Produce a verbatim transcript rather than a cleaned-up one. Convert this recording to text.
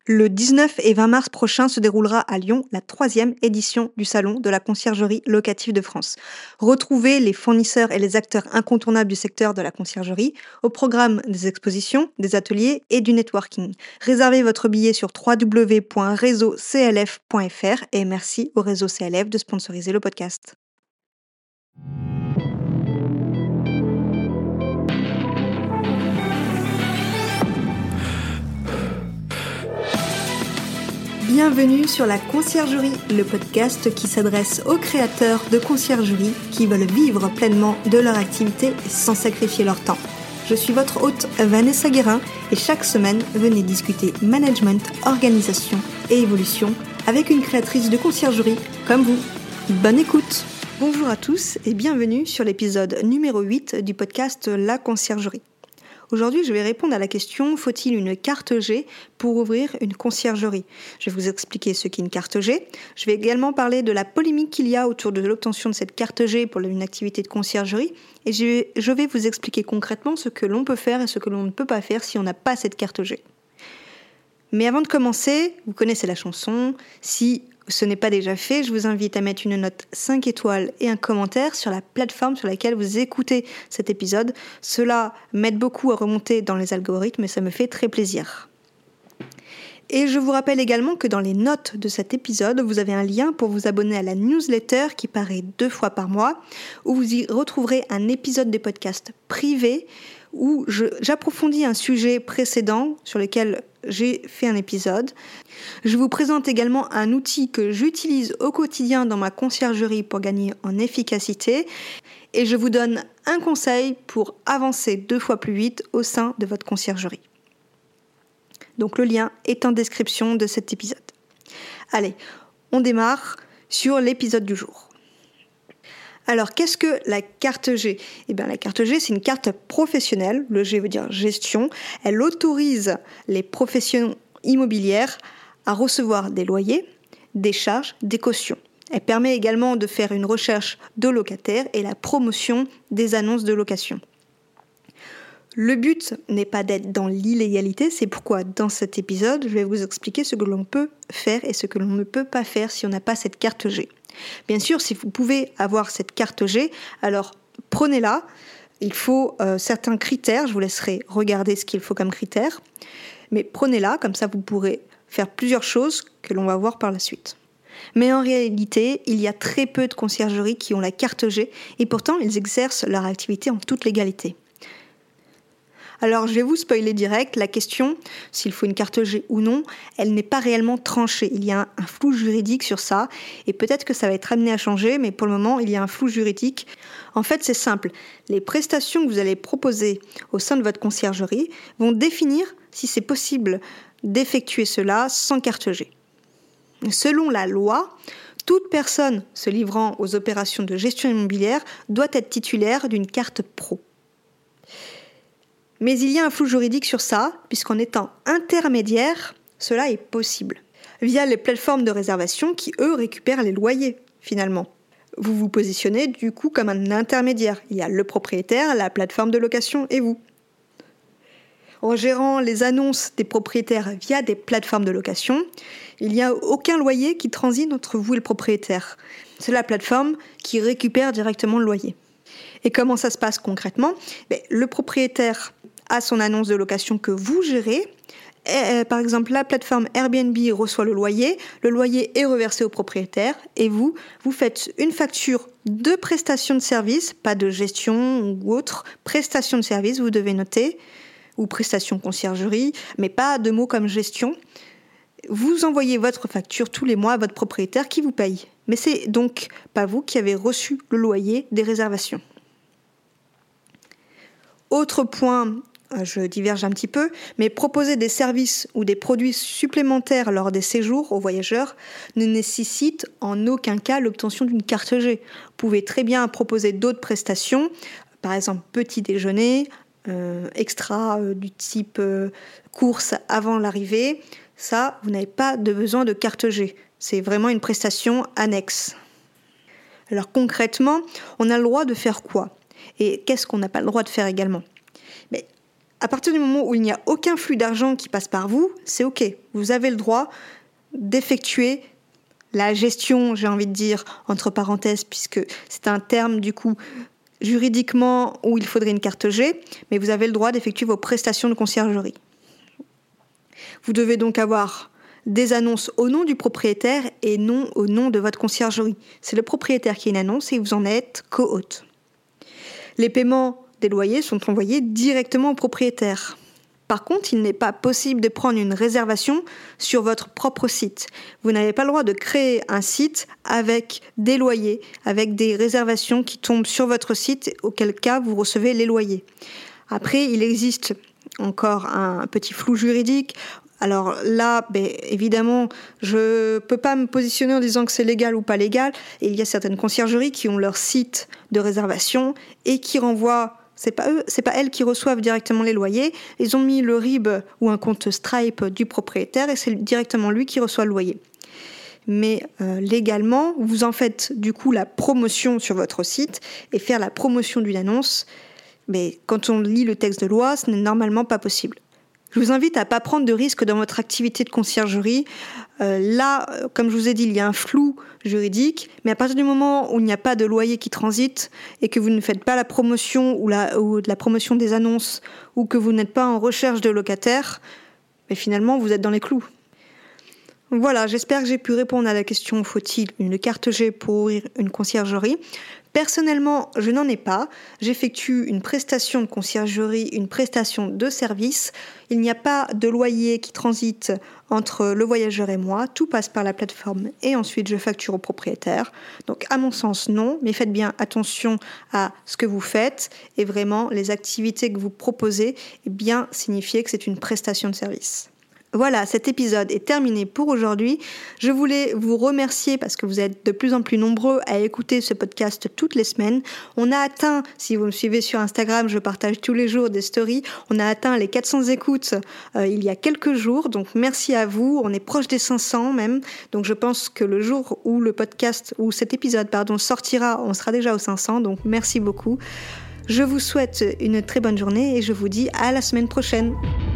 Le dix-neuf et vingt mars prochain se déroulera à Lyon la troisième édition du Salon de la conciergerie locative de France. Retrouvez les fournisseurs et les acteurs incontournables du secteur de la conciergerie au programme des expositions, des ateliers et du networking. Réservez votre billet sur w w w point réseau c l f point f r et merci au réseau C L F de sponsoriser le podcast. Bienvenue sur La Conciergerie, le podcast qui s'adresse aux créateurs de conciergerie qui veulent vivre pleinement de leur activité et sans sacrifier leur temps. Je suis votre hôte Vanessa Guérin et chaque semaine, venez discuter management, organisation et évolution avec une créatrice de conciergerie comme vous. Bonne écoute! Bonjour à tous et bienvenue sur l'épisode numéro huit du podcast La Conciergerie. Aujourd'hui, je vais répondre à la question « Faut-il une carte G pour ouvrir une conciergerie ?» Je vais vous expliquer ce qu'est une carte G. Je vais également parler de la polémique qu'il y a autour de l'obtention de cette carte G pour une activité de conciergerie. Et je vais, je vais vous expliquer concrètement ce que l'on peut faire et ce que l'on ne peut pas faire si on n'a pas cette carte G. Mais avant de commencer, vous connaissez la chanson. Si ce n'est pas déjà fait, je vous invite à mettre une note cinq étoiles et un commentaire sur la plateforme sur laquelle vous écoutez cet épisode. Cela m'aide beaucoup à remonter dans les algorithmes et ça me fait très plaisir. Et je vous rappelle également que dans les notes de cet épisode, vous avez un lien pour vous abonner à la newsletter qui paraît deux fois par mois, où vous y retrouverez un épisode des podcasts privés où je, j'approfondis un sujet précédent sur lequel j'ai fait un épisode. Je vous présente également un outil que j'utilise au quotidien dans ma conciergerie pour gagner en efficacité et je vous donne un conseil pour avancer deux fois plus vite au sein de votre conciergerie. Donc le lien est en description de cet épisode. Allez, on démarre sur l'épisode du jour. Alors, qu'est-ce que la carte G ? Eh bien, la carte G, c'est une carte professionnelle. Le G veut dire gestion. Elle autorise les professions immobilières à recevoir des loyers, des charges, des cautions. Elle permet également de faire une recherche de locataires et la promotion des annonces de location. Le but n'est pas d'être dans l'illégalité, c'est pourquoi dans cet épisode, je vais vous expliquer ce que l'on peut faire et ce que l'on ne peut pas faire si on n'a pas cette carte G. Bien sûr, si vous pouvez avoir cette carte G, alors prenez-la. Il faut euh, certains critères, je vous laisserai regarder ce qu'il faut comme critères, mais prenez-la, comme ça vous pourrez faire plusieurs choses que l'on va voir par la suite. Mais en réalité, il y a très peu de conciergeries qui ont la carte G et pourtant ils exercent leur activité en toute légalité. Alors je vais vous spoiler direct, la question, s'il faut une carte G ou non, elle n'est pas réellement tranchée. Il y a un, un flou juridique sur ça et peut-être que ça va être amené à changer, mais pour le moment il y a un flou juridique. En fait c'est simple, les prestations que vous allez proposer au sein de votre conciergerie vont définir si c'est possible d'effectuer cela sans carte G. Selon la loi, toute personne se livrant aux opérations de gestion immobilière doit être titulaire d'une carte pro. Mais il y a un flou juridique sur ça, puisqu'en étant intermédiaire, cela est possible. Via les plateformes de réservation qui, eux, récupèrent les loyers, finalement. Vous vous positionnez du coup comme un intermédiaire. Il y a le propriétaire, la plateforme de location et vous. En gérant les annonces des propriétaires via des plateformes de location, il n'y a aucun loyer qui transite entre vous et le propriétaire. C'est la plateforme qui récupère directement le loyer. Et comment ça se passe concrètement ? Ben, le propriétaire a son annonce de location que vous gérez. Et, par exemple, la plateforme Airbnb reçoit le loyer, le loyer est reversé au propriétaire et vous, vous faites une facture de prestation de service, pas de gestion ou autre, prestation de service, vous devez noter, ou prestation conciergerie, mais pas de mots comme gestion. Vous envoyez votre facture tous les mois à votre propriétaire qui vous paye. Mais c'est donc pas vous qui avez reçu le loyer des réservations. Autre point, je diverge un petit peu, mais proposer des services ou des produits supplémentaires lors des séjours aux voyageurs ne nécessite en aucun cas l'obtention d'une carte G. Vous pouvez très bien proposer d'autres prestations, par exemple petit déjeuner, euh, extra euh, du type euh, course avant l'arrivée. Ça, vous n'avez pas de besoin de carte G. C'est vraiment une prestation annexe. Alors concrètement, on a le droit de faire quoi ? Et qu'est-ce qu'on n'a pas le droit de faire également ? Mais À partir du moment où il n'y a aucun flux d'argent qui passe par vous, c'est OK. Vous avez le droit d'effectuer la gestion, j'ai envie de dire, entre parenthèses, puisque c'est un terme du coup juridiquement où il faudrait une carte G, mais vous avez le droit d'effectuer vos prestations de conciergerie. Vous devez donc avoir des annonces au nom du propriétaire et non au nom de votre conciergerie. C'est le propriétaire qui a une annonce et vous en êtes co-hôte. Les paiements des loyers sont envoyés directement au propriétaire. Par contre, il n'est pas possible de prendre une réservation sur votre propre site. Vous n'avez pas le droit de créer un site avec des loyers, avec des réservations qui tombent sur votre site, auquel cas vous recevez les loyers. Après, il existe encore un petit flou juridique. Alors là, ben, évidemment, je ne peux pas me positionner en disant que c'est légal ou pas légal. Et il y a certaines conciergeries qui ont leur site de réservation et qui renvoient, c'est pas eux, c'est pas elles qui reçoivent directement les loyers. Ils ont mis le R I B ou un compte Stripe du propriétaire et c'est directement lui qui reçoit le loyer. Mais euh, légalement, vous en faites du coup la promotion sur votre site et faire la promotion d'une annonce. Mais quand on lit le texte de loi, ce n'est normalement pas possible. Je vous invite à ne pas prendre de risques dans votre activité de conciergerie. Euh, là, comme je vous ai dit, il y a un flou juridique, mais à partir du moment où il n'y a pas de loyer qui transite et que vous ne faites pas la promotion ou, la, ou de la promotion des annonces ou que vous n'êtes pas en recherche de locataires, mais finalement, vous êtes dans les clous. Voilà, j'espère que j'ai pu répondre à la question « Faut-il une carte G pour ouvrir une conciergerie ?» Personnellement, je n'en ai pas. J'effectue une prestation de conciergerie, une prestation de service. Il n'y a pas de loyer qui transite entre le voyageur et moi. Tout passe par la plateforme et ensuite je facture au propriétaire. Donc à mon sens, non. Mais faites bien attention à ce que vous faites et vraiment les activités que vous proposez et bien signifier que c'est une prestation de service. Voilà, cet épisode est terminé pour aujourd'hui. Je voulais vous remercier parce que vous êtes de plus en plus nombreux à écouter ce podcast toutes les semaines. On a atteint, si vous me suivez sur Instagram, je partage tous les jours des stories, on a atteint les quatre cents écoutes euh, il y a quelques jours. Donc merci à vous, on est proche des cinq cents même. Donc je pense que le jour où le podcast, où cet épisode pardon, sortira, on sera déjà aux cinq cents. Donc merci beaucoup. Je vous souhaite une très bonne journée et je vous dis à la semaine prochaine.